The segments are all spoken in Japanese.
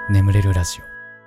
眠れるラジ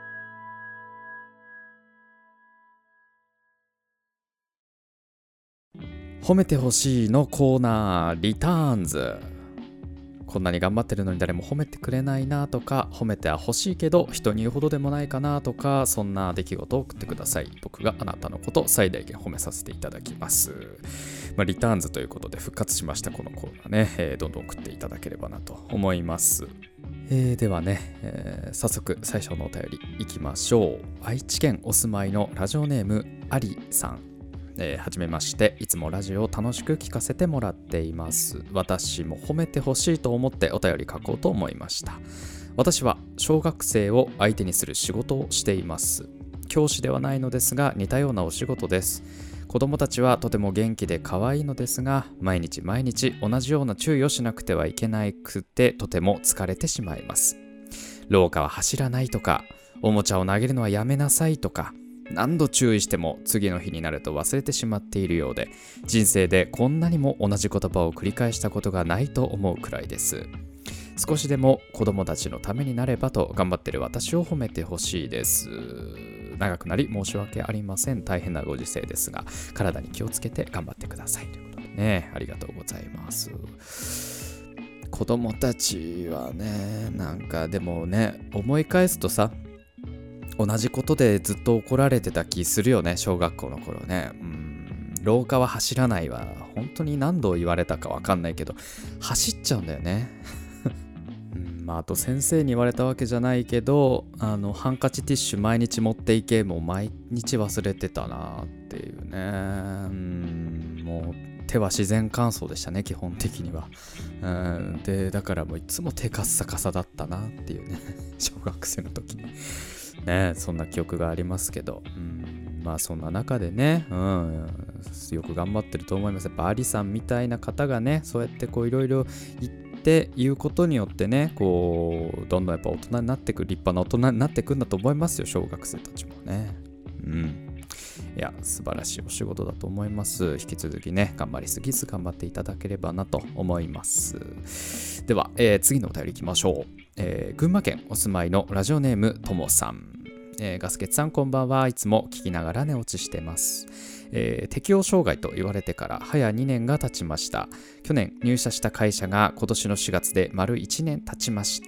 オ。褒めてほしいのコーナー、リターンズ。こんなに頑張ってるのに誰も褒めてくれないなとか、褒めては欲しいけど人に言うほどでもないかなとか、そんな出来事を送ってください。僕があなたのことを最大限褒めさせていただきます。リターンズということで復活しましたこのコーナーね、どんどん送っていただければなと思います。ではね、早速最初のお便りいきましょう。愛知県お住まいのラジオネームありさん。はじめまして。いつもラジオを楽しく聞かせてもらっています。私も褒めてほしいと思ってお便り書こうと思いました。私は小学生を相手にする仕事をしています。教師ではないのですが似たようなお仕事です。子供たちはとても元気で可愛いのですが、毎日同じような注意をしなくてはいけなくて、とても疲れてしまいます。廊下は走らないとか、おもちゃを投げるのはやめなさいとか、何度注意しても次の日になると忘れてしまっているようで、人生でこんなにも同じ言葉を繰り返したことがないと思うくらいです。少しでも子供たちのためになればと頑張っている私を褒めてほしいです。長くなり申し訳ありません。大変なご時世ですが、体に気をつけて頑張ってくださいということでね、ありがとうございます。子供たちはね、なんかでもね、思い返すとさ、同じことでずっと怒られてた気するよね、小学校の頃ね。廊下は走らないは本当に何度言われたか分かんないけど、走っちゃうんだよね。あと先生に言われたわけじゃないけど、ハンカチティッシュ毎日持っていけ、もう毎日忘れてたなっていうね。もう手は自然乾燥でしたね、基本的には。でだからもういつも手カッサカサだったなっていうね、小学生の時にね、そんな記憶がありますけど、そんな中でね、よく頑張ってると思います。やっぱアリさんみたいな方がね、そうやってこういろいろ言って言うことによってね、こうどんどんやっぱ大人になってく、立派な大人になってくんだと思いますよ、小学生たちもね。いや、素晴らしいお仕事だと思います。引き続きね、頑張りすぎず頑張っていただければなと思います。では、次のお便りいきましょう。群馬県お住まいのラジオネームともさん。ガスケツさんこんばんは。いつも聞きながら寝落ちしてます。適応障害と言われてから早2年が経ちました。去年入社した会社が今年の4月で丸1年経ちました。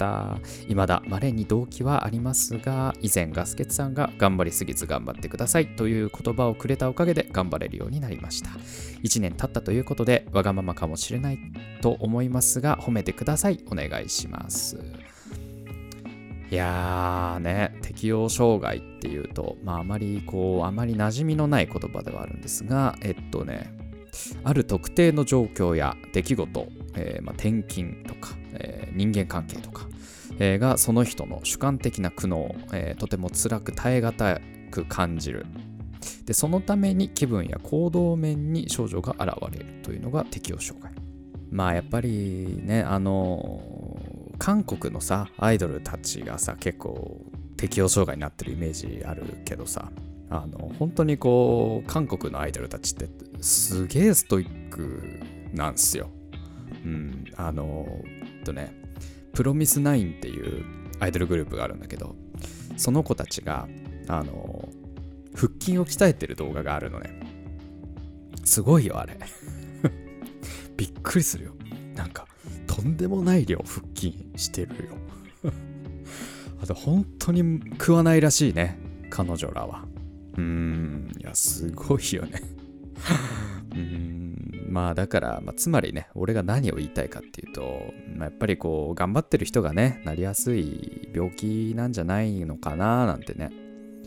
未だ稀に動機はありますが、以前ガスケツさんが頑張りすぎず頑張ってくださいという言葉をくれたおかげで頑張れるようになりました。1年経ったということでわがままかもしれないと思いますが、褒めてください。お願いします。いやーね、適応障害っていうと、あまり馴染みのない言葉ではあるんですが、ある特定の状況や出来事、転勤とか、人間関係とか、がその人の主観的な苦悩、とても辛く耐え難く感じる。で、そのために気分や行動面に症状が現れるというのが適応障害。やっぱりね、韓国のさアイドルたちがさ結構適応障害になってるイメージあるけどさ、本当にこう韓国のアイドルたちってすげえストイックなんすよ。プロミスナインっていうアイドルグループがあるんだけど、その子たちが腹筋を鍛えてる動画があるのね。すごいよあれ。びっくりするよ。なんかとんでもない量腹筋してるよ。あと本当に食わないらしいね、彼女らは。いやすごいよね。だから、つまりね、俺が何を言いたいかっていうと、やっぱりこう頑張ってる人がねなりやすい病気なんじゃないのかななんてね、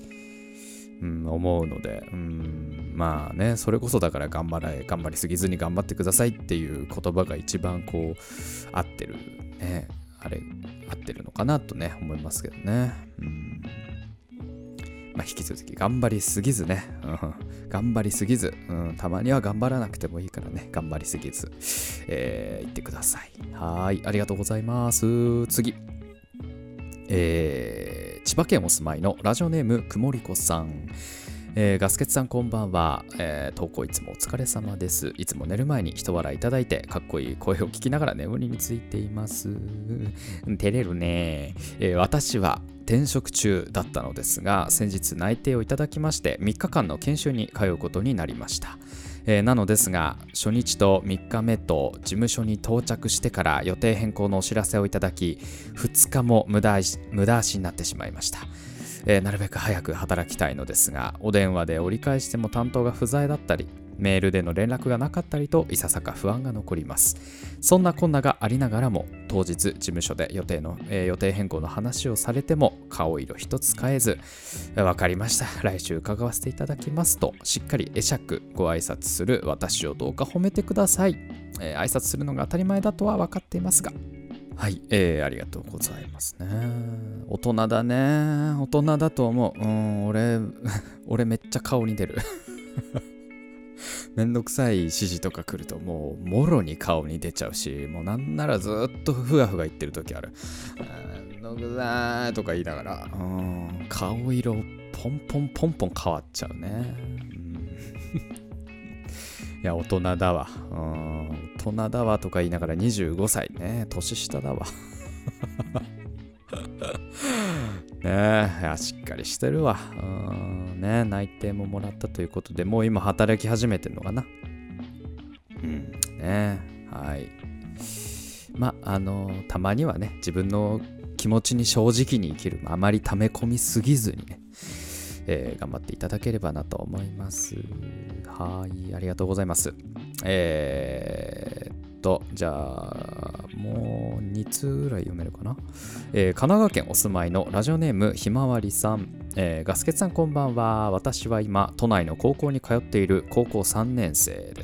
思うので、それこそだから頑張りすぎずに頑張ってくださいっていう言葉が一番こう合ってるね、合ってるのかなとね思いますけどね。引き続き頑張りすぎずね、頑張りすぎず、たまには頑張らなくてもいいからね、頑張りすぎず、言ってください。はい、ありがとうございます。次、千葉県お住まいのラジオネームくもりこさん。 ガスケツさんこんばんは、投稿いつもお疲れ様です。いつも寝る前に一笑いいただいてかっこいい声を聞きながら眠りについています。照れるね、私は転職中だったのですが、先日内定をいただきまして3日間の研修に通うことになりました。なのですが、初日と3日目と事務所に到着してから予定変更のお知らせをいただき、2日も無駄足になってしまいました。なるべく早く働きたいのですが、お電話で折り返しても担当が不在だったり、メールでの連絡がなかったりといささか不安が残ります。そんなこんながありながらも、当日事務所で予定変更の話をされても顔色一つ変えず、わかりました、来週伺わせていただきますとしっかり会釈ご挨拶する私をどうか褒めてください。挨拶するのが当たり前だとは分かっていますが、はい、ありがとうございますね。大人だね。大人だと思う。俺めっちゃ顔に出る。めんどくさい指示とか来るともうもろに顔に出ちゃうし、もうなんならずっとふがふが言ってる時ある。めんどくさいとか言いながら、顔色ポンポン変わっちゃうね。いや、大人だわ。大人だわとか言いながら25歳ね。年下だわ。ねえ、しっかりしてるわ。ね、内定ももらったということで、もう今働き始めてるのかな。ね、はい。たまにはね、自分の気持ちに正直に生きる。あまり溜め込みすぎずにね。頑張っていただければなと思います。はい、ありがとうございます。じゃあもう2通ぐらい読めるかな。神奈川県お住まいのラジオネームひまわりさん、ガスケツさんこんばんは。私は今都内の高校に通っている高校3年生です。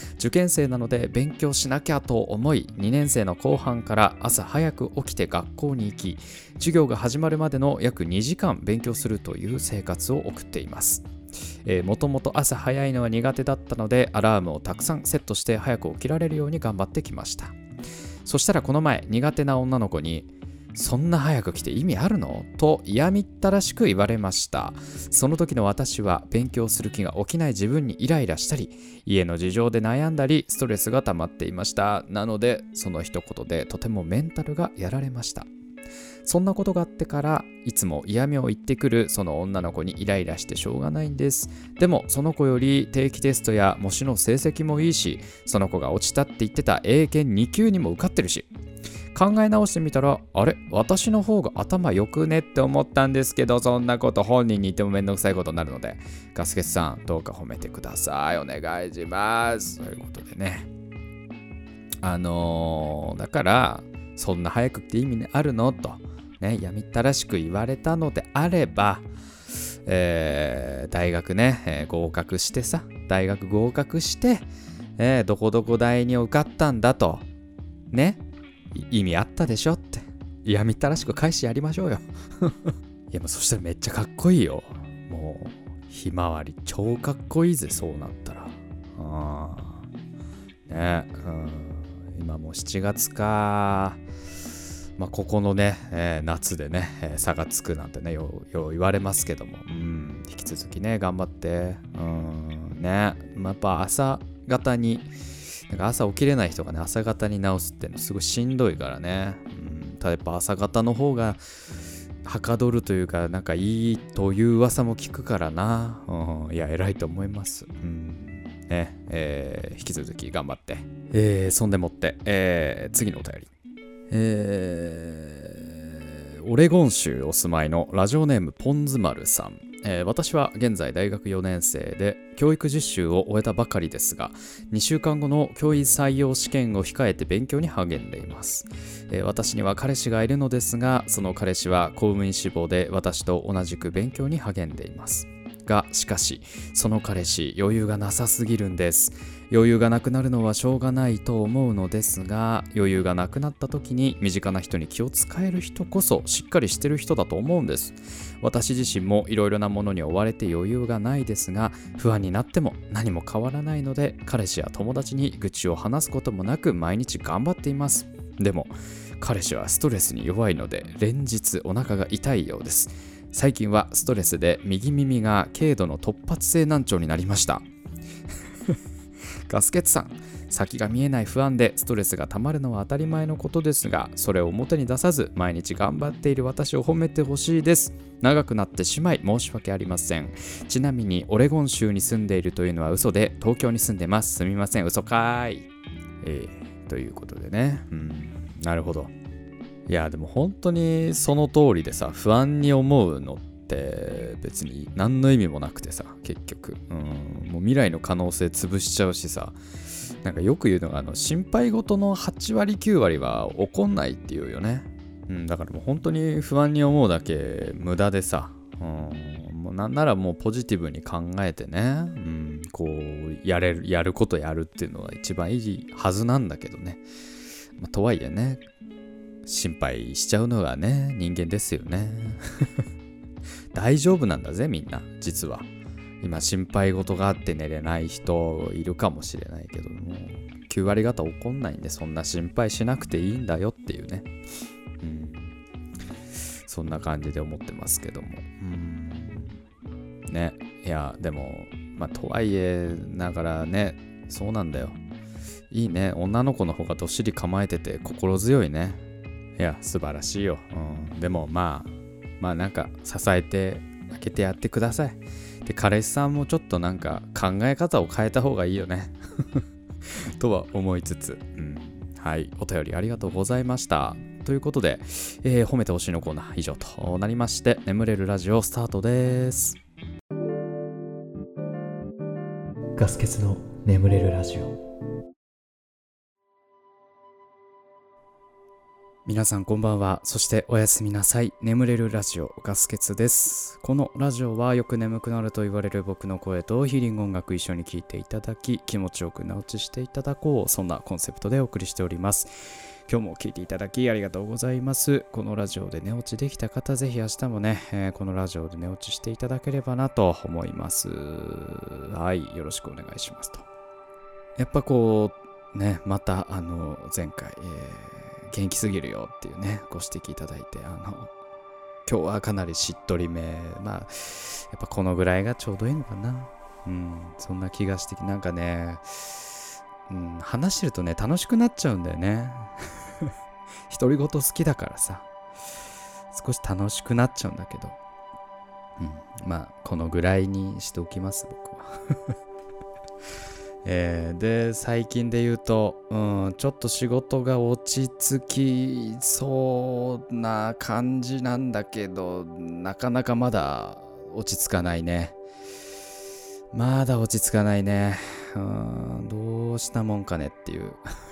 受験生なので勉強しなきゃと思い、2年生の後半から朝早く起きて学校に行き、授業が始まるまでの約2時間勉強するという生活を送っています。もともと朝早いのは苦手だったので、アラームをたくさんセットして早く起きられるように頑張ってきました。そしたらこの前、苦手な女の子に、そんな早く来て意味あるの？と嫌みったらしく言われました。その時の私は勉強する気が起きない自分にイライラしたり、家の事情で悩んだり、ストレスが溜まっていました。なのでその一言でとてもメンタルがやられました。そんなことがあってから、いつも嫌味を言ってくるその女の子にイライラしてしょうがないんです。でもその子より定期テストや模試の成績もいいし、その子が落ちたって言ってた英検2級にも受かってるし、考え直してみたら、あれ、私の方が頭良くねって思ったんですけど、そんなこと本人に言ってもめんどくさいことになるので、ガスケツさんどうか褒めてください。お願いします。ということでね、だからそんな早くって意味あるのとね、やみったらしく言われたのであれば、大学ね、合格してさ、大学合格して、どこどこ大に受かったんだとね、意味あったでしょって、やみったらしく返してやりましょうよ。いや、もうそしたらめっちゃかっこいいよ。もうひまわり超かっこいいぜ、そうなったら。ね、今もう7月か。ここのね、夏でね、差がつくなんてね、よう言われますけども、引き続きね、頑張って、ね、やっぱ朝方に、なんか朝起きれない人がね、朝方に直すっていうのすごいしんどいからね。ただやっぱ朝方の方がはかどるというか、なんかいいという噂も聞くからな。いや、偉いと思います。ね、引き続き頑張って。そんでもって、次のお便り。オレゴン州お住まいのラジオネームポンズマルさん。私は現在大学4年生で教育実習を終えたばかりですが、2週間後の教員採用試験を控えて勉強に励んでいます。私には彼氏がいるのですが、その彼氏は公務員志望で私と同じく勉強に励んでいますが、しかしその彼氏余裕がなさすぎるんです。余裕がなくなるのはしょうがないと思うのですが、余裕がなくなった時に身近な人に気を使える人こそしっかりしてる人だと思うんです。私自身もいろいろなものに追われて余裕がないですが、不安になっても何も変わらないので、彼氏や友達に愚痴を話すこともなく毎日頑張っています。でも彼氏はストレスに弱いので連日お腹が痛いようです。 最近はストレスで右耳が軽度の突発性難聴になりました。ガスケツさん、先が見えない不安でストレスがたまるのは当たり前のことですが、それを表に出さず毎日頑張っている私を褒めてほしいです。長くなってしまい申し訳ありません。ちなみにオレゴン州に住んでいるというのは嘘で、東京に住んでます。すみません、嘘かーい。ということでね、なるほど。いやでも本当にその通りでさ、不安に思うのって別に何の意味もなくてさ、結局もう未来の可能性潰しちゃうしさ、なんかよく言うのが心配事の8割9割は起こんないっていうよね。だからもう本当に不安に思うだけ無駄でさ、もうなんならもうポジティブに考えてね、こうやることやるっていうのは一番いいはずなんだけどね。とはいえね、心配しちゃうのがね、人間ですよね。大丈夫なんだぜみんな。実は今心配事があって寝れない人いるかもしれないけども、9割方起こんないんで、そんな心配しなくていいんだよっていうね。そんな感じで思ってますけども。ね、いやでもとはいえながらね、そうなんだよ。いいね、女の子の方がどっしり構えてて心強いね。いや素晴らしいよ。でもまあなんか支えてあげてやってください。で彼氏さんもちょっとなんか考え方を変えた方がいいよね。とは思いつつ、はい、お便りありがとうございました。ということで、褒めてほしいのコーナー以上となりまして、眠れるラジオスタートです。ガス欠の眠れるラジオ。皆さんこんばんは。そしておやすみなさい。眠れるラジオガス欠です。このラジオはよく眠くなると言われる僕の声とヒーリング音楽一緒に聴いていただき、気持ちよく寝落ちしていただこう、そんなコンセプトでお送りしております。今日も聴いていただきありがとうございます。このラジオで寝落ちできた方、ぜひ明日もね、このラジオで寝落ちしていただければなと思います。はい、よろしくお願いしますと。やっぱこうね、また前回、元気すぎるよっていうねご指摘いただいて、今日はかなりしっとりめ、やっぱこのぐらいがちょうどいいのかな。そんな気がしてなんかね、話してるとね楽しくなっちゃうんだよね。独り言好きだからさ、少し楽しくなっちゃうんだけど、このぐらいにしておきます僕は。で最近で言うと、ちょっと仕事が落ち着きそうな感じなんだけど、なかなかまだ落ち着かないね。まだ落ち着かないね。どうしたもんかねっていう。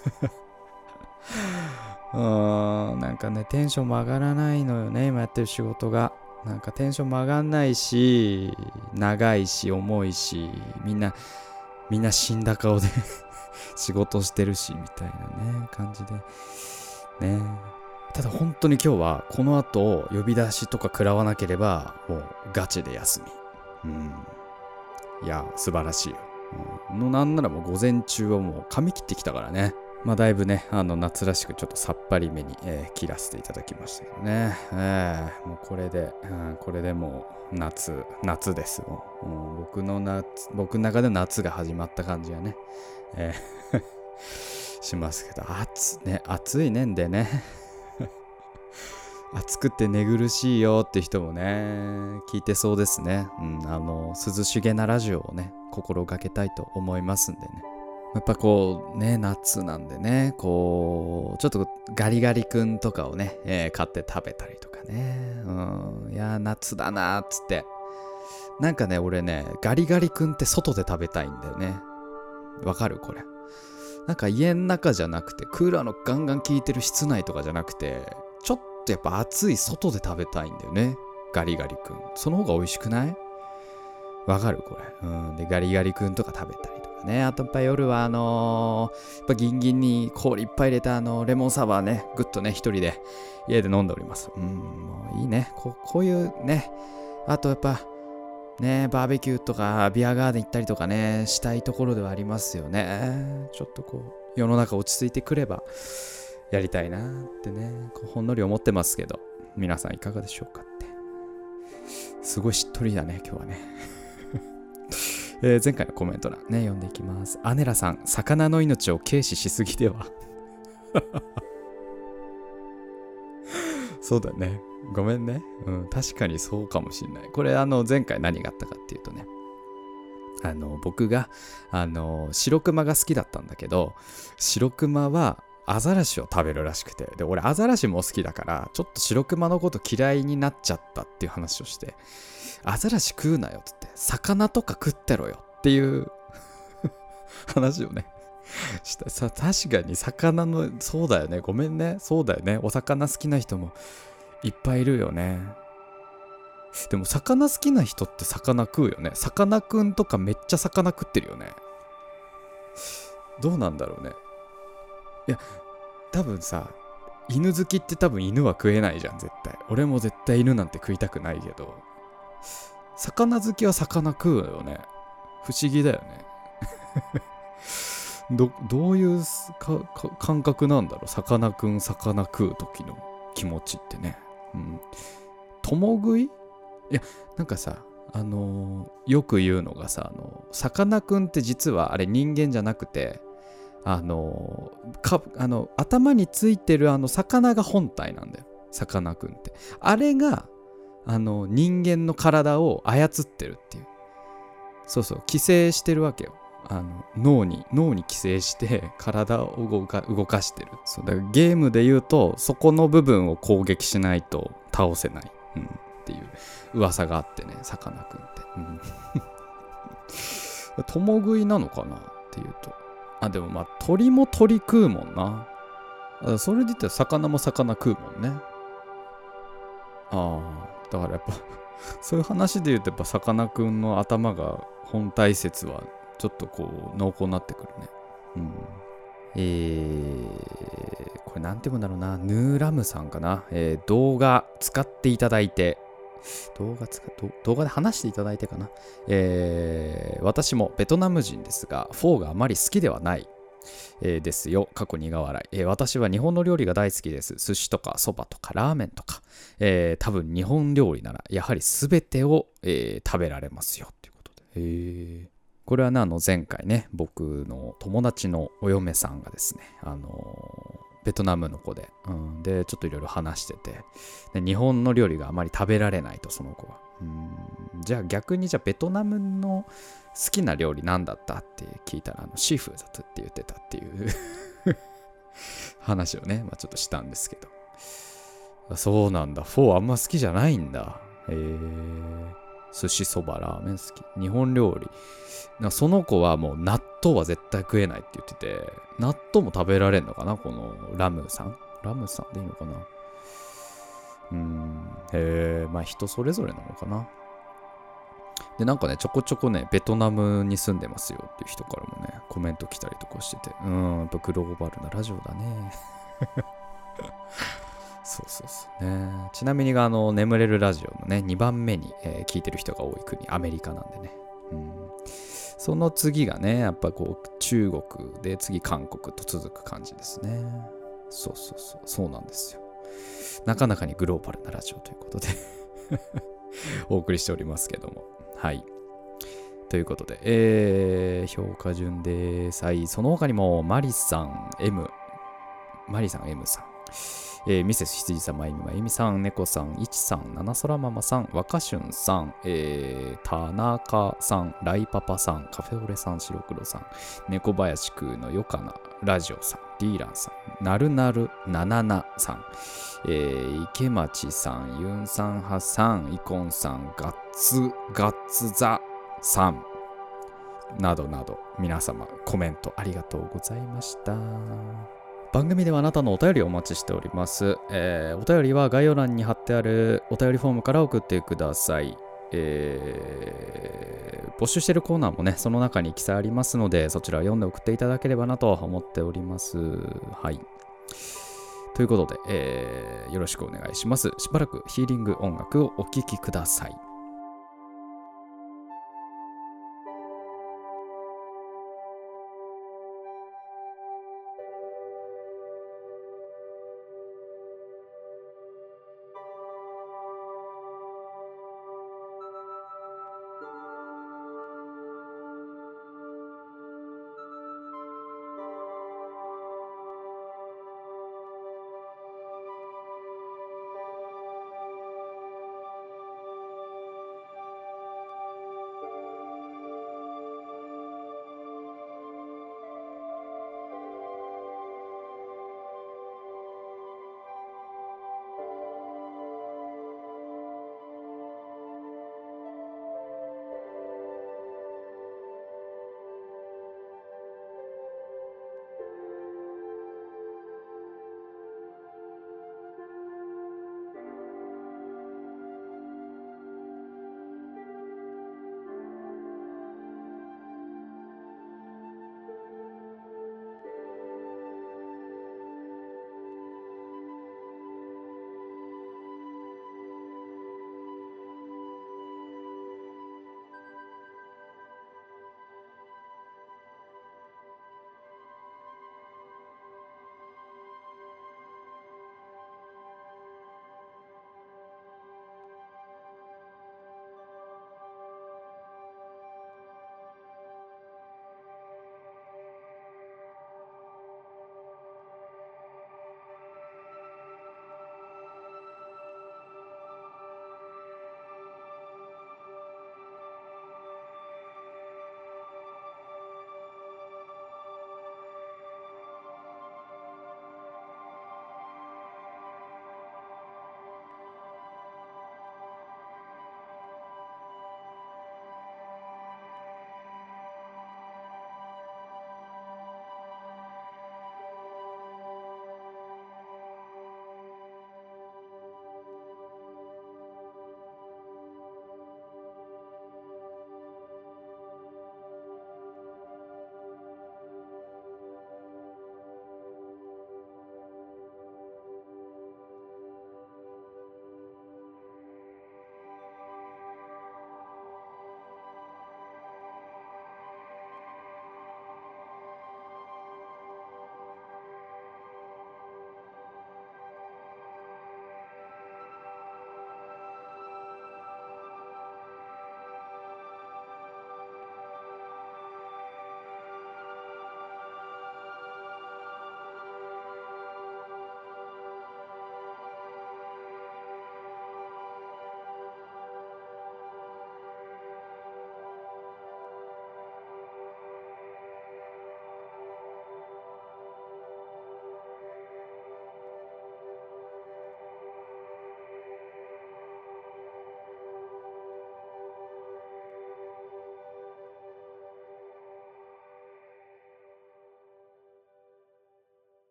なんかねテンションも上がらないのよね、今やってる仕事が。なんかテンションも上がんないし、長いし重いし、みんな死んだ顔で仕事してるしみたいなね感じでね。ただ本当に今日はこの後呼び出しとか食らわなければもうガチで休み。いや素晴らしいよ。なんならもう午前中はもう髪切ってきたからね。だいぶね夏らしくちょっとさっぱりめに、切らせていただきましたけどね。もうこれでもう夏です。僕の中で夏が始まった感じがね、しますけど、暑いねんでね。暑くて寝苦しいよって人もね聞いてそうですね。涼しげなラジオをね心がけたいと思いますんでね。やっぱこうね夏なんでね、こうちょっとガリガリ君とかをね、買って食べたりとかね。いや夏だなーっつって、なんかね俺ねガリガリ君って外で食べたいんだよね。わかるこれ。なんか家の中じゃなくて、クーラーのガンガン効いてる室内とかじゃなくて、ちょっとやっぱ暑い外で食べたいんだよね、ガリガリ君。その方が美味しくない？わかるこれ。でガリガリ君とか食べたりとかね。あとやっぱ夜はやっぱギンギンに氷いっぱい入れたレモンサワーね、ぐっとね一人で家で飲んでおります。もういいね、こういうね。あとやっぱねバーベキューとかビアガーデン行ったりとかねしたいところではありますよね。ちょっとこう世の中落ち着いてくればやりたいなってね、ほんのり思ってますけど、皆さんいかがでしょうかって。 すごいしっとりだね今日はね。前回のコメント欄ね読んでいきます。アネラさん、魚の命を軽視しすぎでは。そうだね、ごめんね。確かにそうかもしれない。これ前回何があったかっていうとね、僕が白熊が好きだったんだけど、白熊はアザラシを食べるらしくて、で俺アザラシも好きだからちょっと白熊のこと嫌いになっちゃったっていう話をして、アザラシ食うなよっつって、魚とか食ってろよっていう話をねしたさ。確かに魚の、そうだよね、ごめんね、そうだよね、お魚好きな人もいっぱいいるよね。でも魚好きな人って魚食うよね。さかなクンとかめっちゃ魚食ってるよね。どうなんだろうね。いや多分さ、犬好きって多分犬は食えないじゃん絶対。俺も絶対犬なんて食いたくないけど、魚好きは魚食うよね。不思議だよね。どういう感覚なんだろう、さかなクン魚食う時の気持ちってね。共食い、いやなんかさ、よく言うのがさ、さかなクンって実はあれ人間じゃなくて、頭についてる魚が本体なんだよ、さかなクンって。あれが人間の体を操ってるっていう。そうそう、寄生してるわけよ。脳に寄生して体を動かしてる。そうだから、ゲームで言うとそこの部分を攻撃しないと倒せない、っていう噂があってね、さかなクンって、共食いなのかなっていうと、でも鳥も鳥食うもんな。それで言ったら魚も魚食うもんね。だからやっぱそういう話で言うと、やっぱさかなクンの頭が本体説はちょっとこう濃厚になってくるね。これなんて言うんだろうな、ヌーラムさんかな。動画使っていただいて、動画で話していただいてかな。私もベトナム人ですが、フォーがあまり好きではない。ですよ。過去苦笑い。私は日本の料理が大好きです。寿司とかそばとかラーメンとか。多分日本料理ならやはり全てを、食べられますよということで。これはね、前回ね、僕の友達のお嫁さんがですね、ベトナムの子で、でちょっといろいろ話してて、で日本の料理があまり食べられないと、その子は。じゃあ逆に、じゃあベトナムの好きな料理なんだったって聞いたら、シーフードだって言ってたっていう話をね、ちょっとしたんですけど。そうなんだ、フォーあんま好きじゃないんだ。寿司そばラーメン好き。日本料理。その子はもう納豆は絶対食えないって言ってて、納豆も食べられんのかな、このラムさんでいいのかな。人それぞれなのかな。でなんかね、ちょこちょこね、ベトナムに住んでますよっていう人からもね、コメント来たりとかしてて、やっぱグローバルなラジオだね。そうね。ちなみに眠れるラジオのね、2番目に、聞いてる人が多い国、アメリカなんでね。その次がね、やっぱこう中国で、次韓国と続く感じですね。そうなんですよ。なかなかにグローバルなラジオということでお送りしておりますけども、はい。ということで、評価順です。はい、その他にもマリさん M さん、ミセス羊さん、まゆみさん、猫さん、いちさん、ななそらママさん、若春さん、田中さん、ライパパさん、カフェオレさん、白黒さん、猫林くーのよかな、ラジオさん、ディーランさん、なるなるなななさん、池町さん、ユンさんはさん、イコンさん、ガッツザさん、などなど、皆様コメントありがとうございました。番組ではあなたのお便りをお待ちしております。お便りは概要欄に貼ってあるお便りフォームから送ってください。募集しているコーナーもね、その中に記載ありますので、そちらを読んで送っていただければなと思っております。はい。ということで、よろしくお願いします。しばらくヒーリング音楽をお聴きください。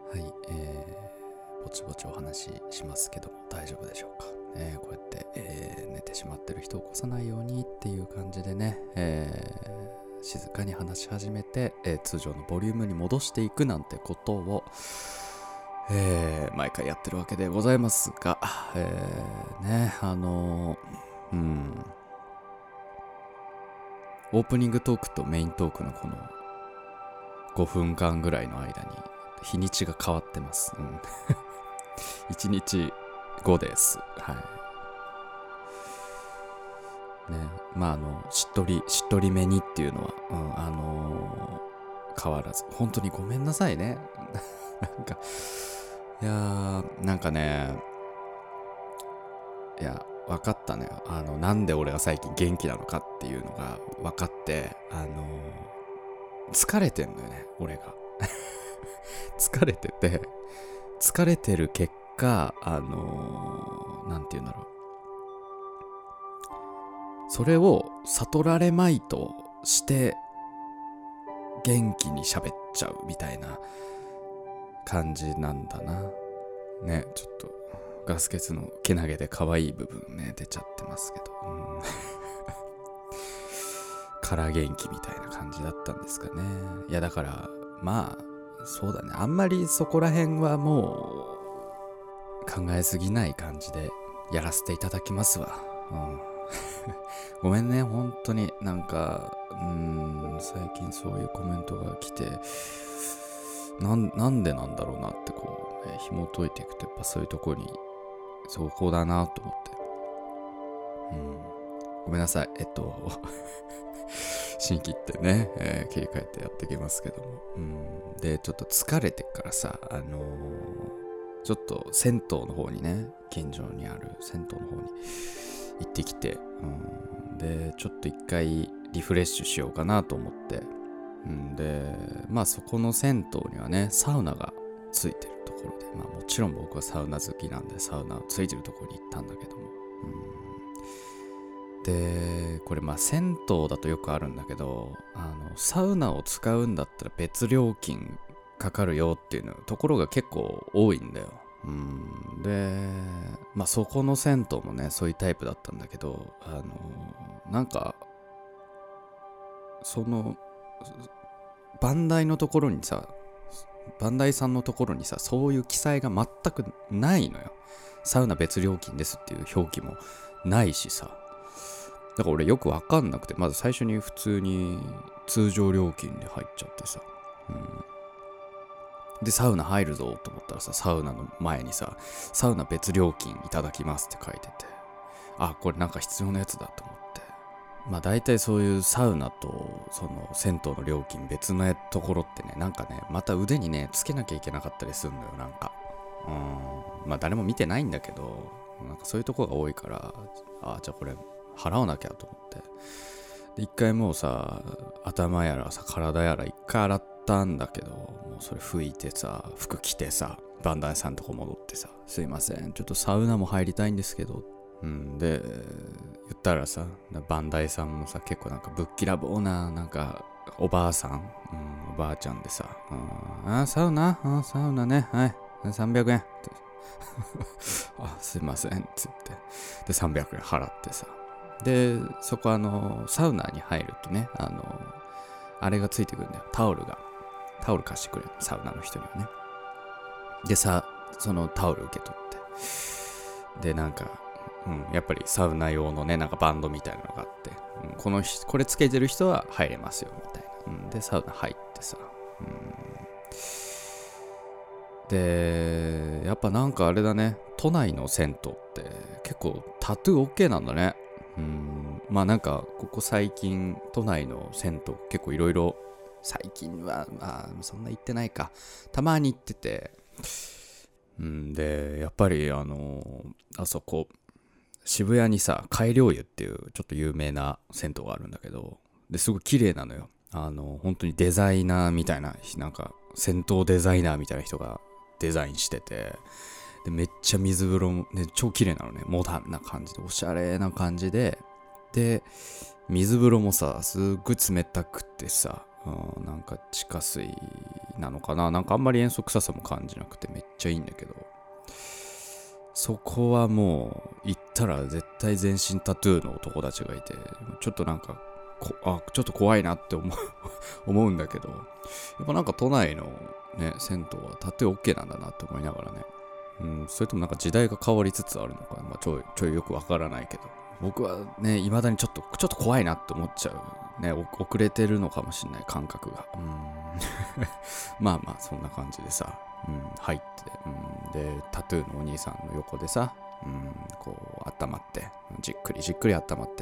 はい、ぼちぼちお話ししますけども大丈夫でしょうか。こうやって、寝てしまってる人を起こさないようにっていう感じでね、静かに話し始めて、通常のボリュームに戻していくなんてことを、毎回やってるわけでございますが、オープニングトークとメイントークのこの5分間ぐらいの間に日にちが変わってます。1日後です。はい。ね、しっとりめにっていうのは、変わらず。本当にごめんなさいね。なんかね、分かったね。なんで俺が最近元気なのかっていうのが分かって、疲れてんのよね、俺が。疲れてる結果、なんていうんだろう。それを悟られまいとして元気に喋っちゃうみたいな感じなんだな。ね、ちょっとガス欠のけなげで可愛い部分ね、出ちゃってますけど。から元気みたいな感じだったんですかね。いやだからそうだね、あんまりそこら辺はもう考えすぎない感じでやらせていただきますわ。ごめんね、本当に最近そういうコメントが来てなんでなんだろうなってこう、紐解いていくとやっぱそういうとこにそこだなと思って、ごめんなさい。心機ってね、切り替えてやっていきますけども、でちょっと疲れてからさ、ちょっと銭湯の方にね、近所にある銭湯の方に行ってきて、でちょっと一回リフレッシュしようかなと思って、でそこの銭湯にはねサウナがついてるところで、もちろん僕はサウナ好きなんでサウナついてるところに行ったんだけども、でこれ銭湯だとよくあるんだけど、サウナを使うんだったら別料金かかるよっていうところが結構多いんだよ。でそこの銭湯もねそういうタイプだったんだけど、なんかそのバンダイのところにさ、バンダイさんのところにさ、そういう記載が全くないのよ。サウナ別料金ですっていう表記もないしさ、だから俺よくわかんなくて、まず最初に普通に通常料金で入っちゃってさ、でサウナ入るぞと思ったらさ、サウナの前にさ、サウナ別料金いただきますって書いてて、これなんか必要なやつだと思って、大体そういうサウナとその銭湯の料金別のところってね、なんかねまた腕にねつけなきゃいけなかったりするのよ。なんか誰も見てないんだけど、なんかそういうとこが多いから、じゃあこれ払わなきゃと思って、で一回もうさ、頭やらさ体やら一回洗ったんだけど、もうそれ拭いてさ、服着てさ、バンダイさんのとこ戻ってさ、すいませんちょっとサウナも入りたいんですけど、で言ったらさ、バンダイさんもさ結構なんかぶっきらぼうな、なんかおばあさん、おばあちゃんでさ、サウナね、はい300円ってすいませんっつって、で300円払ってさ、でそこサウナに入るとね、あれがついてくるんだよ、タオル貸してくれる、サウナの人にはね。でさ、そのタオル受け取って、でなんかやっぱりサウナ用のね、なんかバンドみたいなのがあって、これつけてる人は入れますよみたいな、でサウナ入ってさ、でやっぱなんかあれだね、都内の銭湯って結構タトゥー OK なんだね。なんかここ最近都内の銭湯結構いろいろ、最近はそんな行ってないか、たまに行ってて、でやっぱりあそこ渋谷にさ、改良湯っていうちょっと有名な銭湯があるんだけど、ですごい綺麗なのよ。本当にデザイナーみたいな、なんか銭湯デザイナーみたいな人がデザインしてて、でめっちゃ水風呂も、ね、超綺麗なのね、モダンな感じでおしゃれな感じで、で水風呂もさすっごい冷たくってさ、なんか地下水なのかな。なんかあんまり塩素臭さも感じなくてめっちゃいいんだけど、そこはもう行ったら絶対全身タトゥーの男たちがいて、ちょっとなんかちょっと怖いなって思うんだけど、やっぱなんか都内のね銭湯はタトゥー OK なんだなって思いながらね、それともなんか時代が変わりつつあるのか、ちょいよくわからないけど、僕はね未だにちょっと怖いなって思っちゃうね。遅れてるのかもしれない、感覚が。まあそんな感じでさ、入って、でタトゥーのお兄さんの横でさ、こう温まって、じっくり温まって、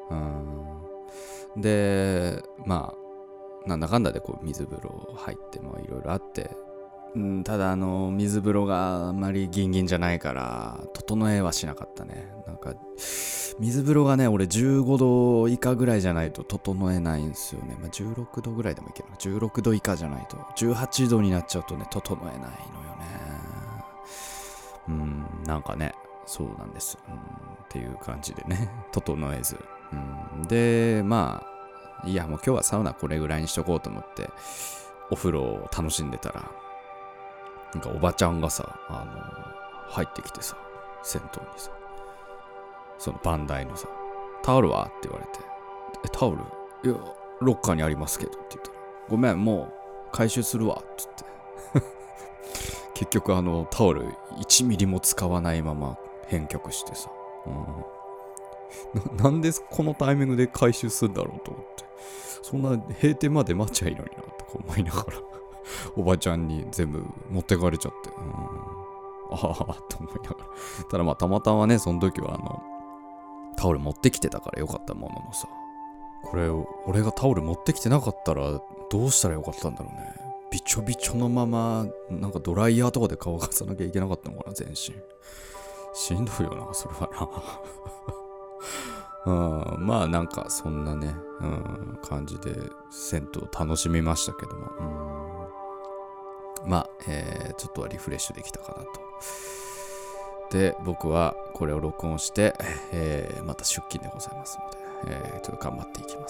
でなんだかんだでこう水風呂入ってもいろいろあって、ただ水風呂があんまりギンギンじゃないから整えはしなかったね。なんか水風呂がね、俺15度以下ぐらいじゃないと整えないんですよね。16度ぐらいでもいける。16度以下じゃないと、18度になっちゃうとね整えないのよね。なんかね、そうなんです、っていう感じでね整えず、でいやもう今日はサウナこれぐらいにしとこうと思ってお風呂を楽しんでたら、なんかおばちゃんがさ、入ってきてさ、銭湯にさ、そのバンダイのさ、タオルはって言われて、タオルいやロッカーにありますけどって言ったら、ごめんもう回収するわっつって結局タオル1ミリも使わないまま返却してさ、なんでこのタイミングで回収するんだろうと思って、そんな閉店まで待っちゃいいのになって思いながらおばちゃんに全部持ってかれちゃって、ああと思いながら、ただたまたまねその時はタオル持ってきてたからよかったもののさ、これ俺がタオル持ってきてなかったらどうしたらよかったんだろうね。びちょびちょのままなんかドライヤーとかで乾かさなきゃいけなかったのかな、全身。しんどいよなそれはななんかそんなね、感じで銭湯楽しみましたけども、ちょっとはリフレッシュできたかなと。で僕はこれを録音して、また出勤でございますので、ちょっと頑張っていきます。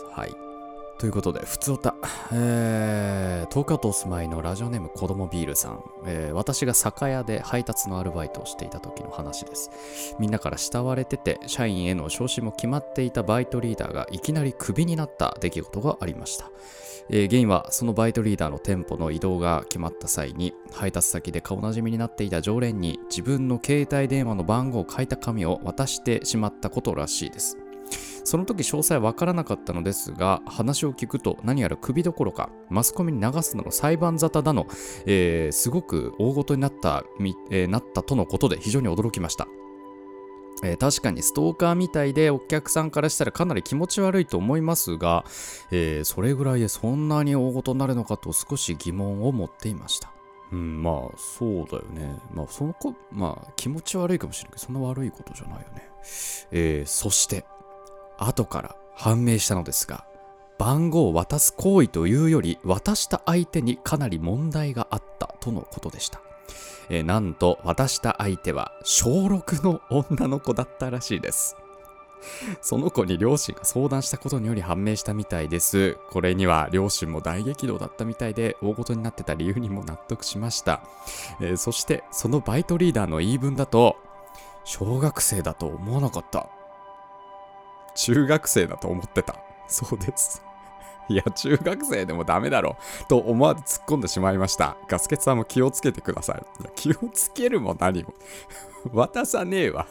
はい、ということで、ふつおた、東京都お住まいのラジオネーム子供ビールさん、私が酒屋で配達のアルバイトをしていた時の話です。みんなから慕われてて社員への昇進も決まっていたバイトリーダーがいきなりクビになった出来事がありました。原因はそのバイトリーダーの店舗の移動が決まった際に、配達先で顔なじみになっていた常連に自分の携帯電話の番号を書いた紙を渡してしまったことらしいです。その時詳細は分からなかったのですが、話を聞くと何やら首どころかマスコミに流すなど裁判沙汰だの、すごく大事になったとのことで非常に驚きました。確かにストーカーみたいでお客さんからしたらかなり気持ち悪いと思いますが、それぐらいでそんなに大事になるのかと少し疑問を持っていました。そうだよね。気持ち悪いかもしれないけど、そんな悪いことじゃないよね。そして後から判明したのですが、番号を渡す行為というより渡した相手にかなり問題があったとのことでした。なんと渡した相手は小6の女の子だったらしいです。その子に両親が相談したことにより判明したみたいです。これには両親も大激怒だったみたいで、大事になってた理由にも納得しました。そしてそのバイトリーダーの言い分だと、小学生だと思わなかった、中学生だと思ってたそうです。いや、中学生でもダメだろと思わず突っ込んでしまいました。ガスケツさんも気をつけてください。いや、気をつけるも何も渡さねえわ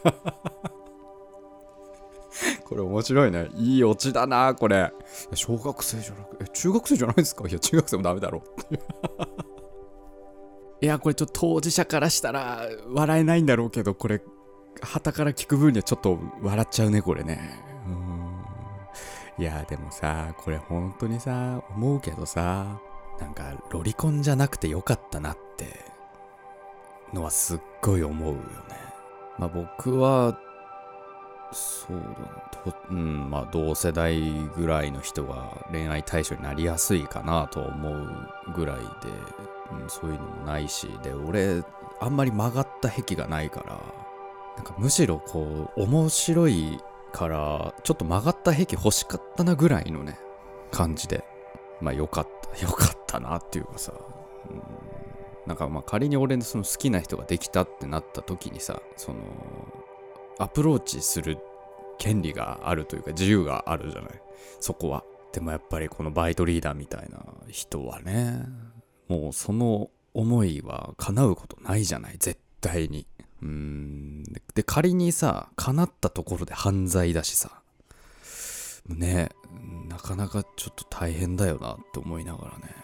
これ面白いね。いいオチだなこれ。小学生じゃなく中学生じゃないですか。いや、中学生もダメだろいや、これちょっと当事者からしたら笑えないんだろうけど、これ旗から聞く分にはちょっと笑っちゃうねこれね。いやでもさ、これ本当にさ思うけどさ、なんかロリコンじゃなくてよかったなってのはすっごい思うよね。僕はそうだな、同世代ぐらいの人が恋愛対象になりやすいかなと思うぐらいで、そういうのもないし、で俺あんまり曲がった癖がないから、なんかむしろこう面白いからちょっと曲がった癖欲しかったなぐらいのね感じで、 まあよかったなっていうかさ、なんかまあ仮に俺のその好きな人ができたってなった時にさ、そのアプローチする権利があるというか自由があるじゃない、そこは。でもやっぱりこのバイトリーダーみたいな人はね、もうその思いは叶うことないじゃない、絶対に。で仮にさ叶ったところで犯罪だしさね、なかなかちょっと大変だよなって思いながらね。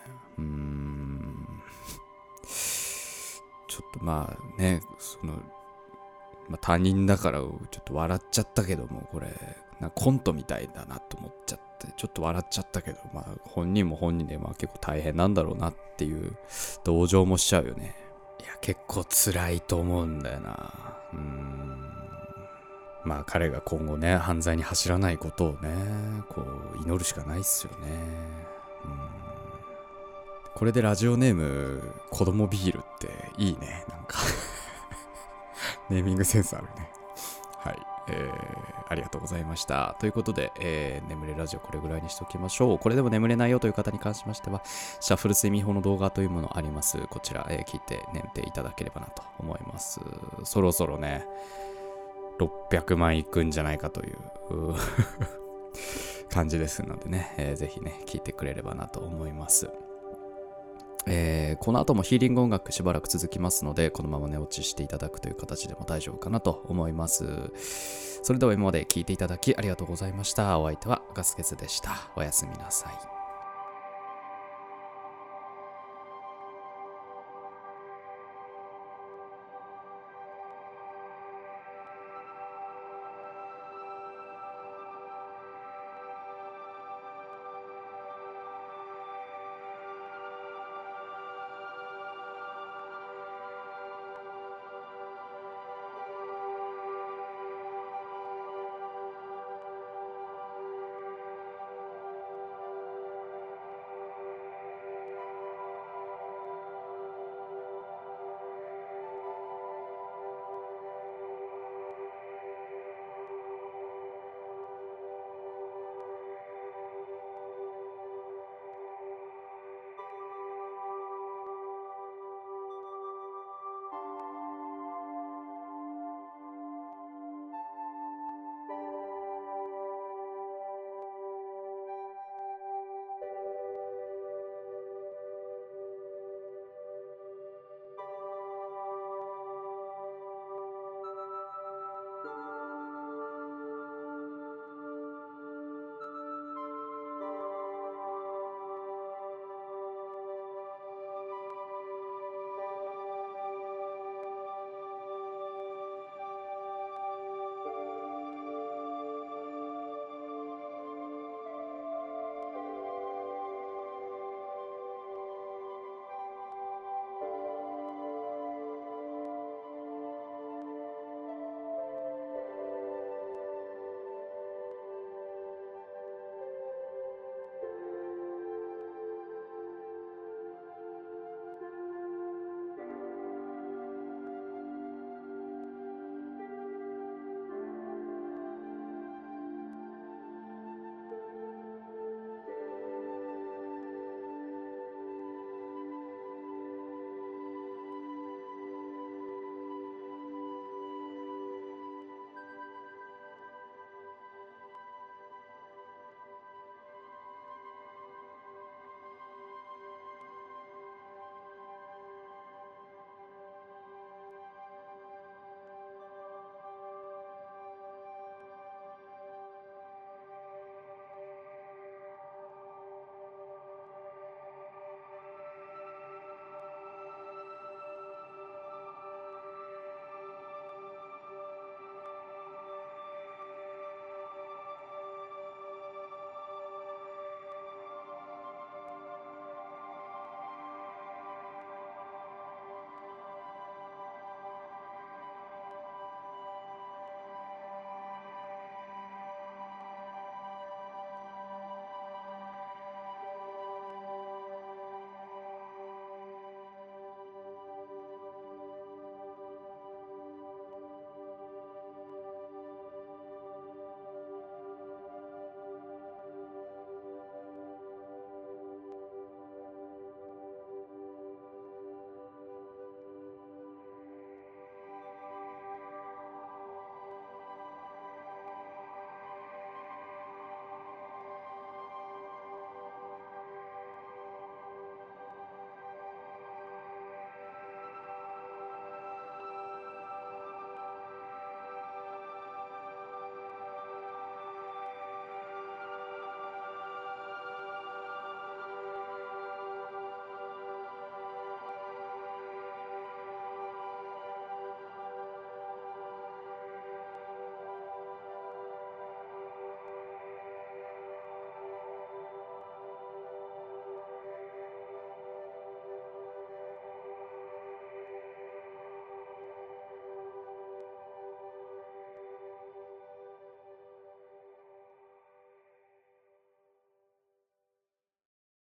ちょっとまあね、他人だからちょっと笑っちゃったけども、これコントみたいだなと思っちゃってちょっと笑っちゃったけど、まあ本人も本人でまあ結構大変なんだろうなっていう同情もしちゃうよね。いや結構辛いと思うんだよな。まあ彼が今後ね犯罪に走らないことをねこう祈るしかないっすよね。これでラジオネーム子供ビールっていいね、なんかネーミングセンスあるね。はい、ありがとうございました。ということで、眠れラジオこれぐらいにしておきましょう。これでも眠れないよという方に関しましては、シャッフル睡眠法の動画というものあります。こちら、聞いて寝ていただければなと思います。そろそろね、600万いくんじゃないかという感じですのでね、ぜひね、聞いてくれればなと思います。この後もヒーリング音楽しばらく続きますので、このまま寝落ちしていただくという形でも大丈夫かなと思います。それでは今まで聞いていただきありがとうございました。お相手はガスケツでした。おやすみなさい。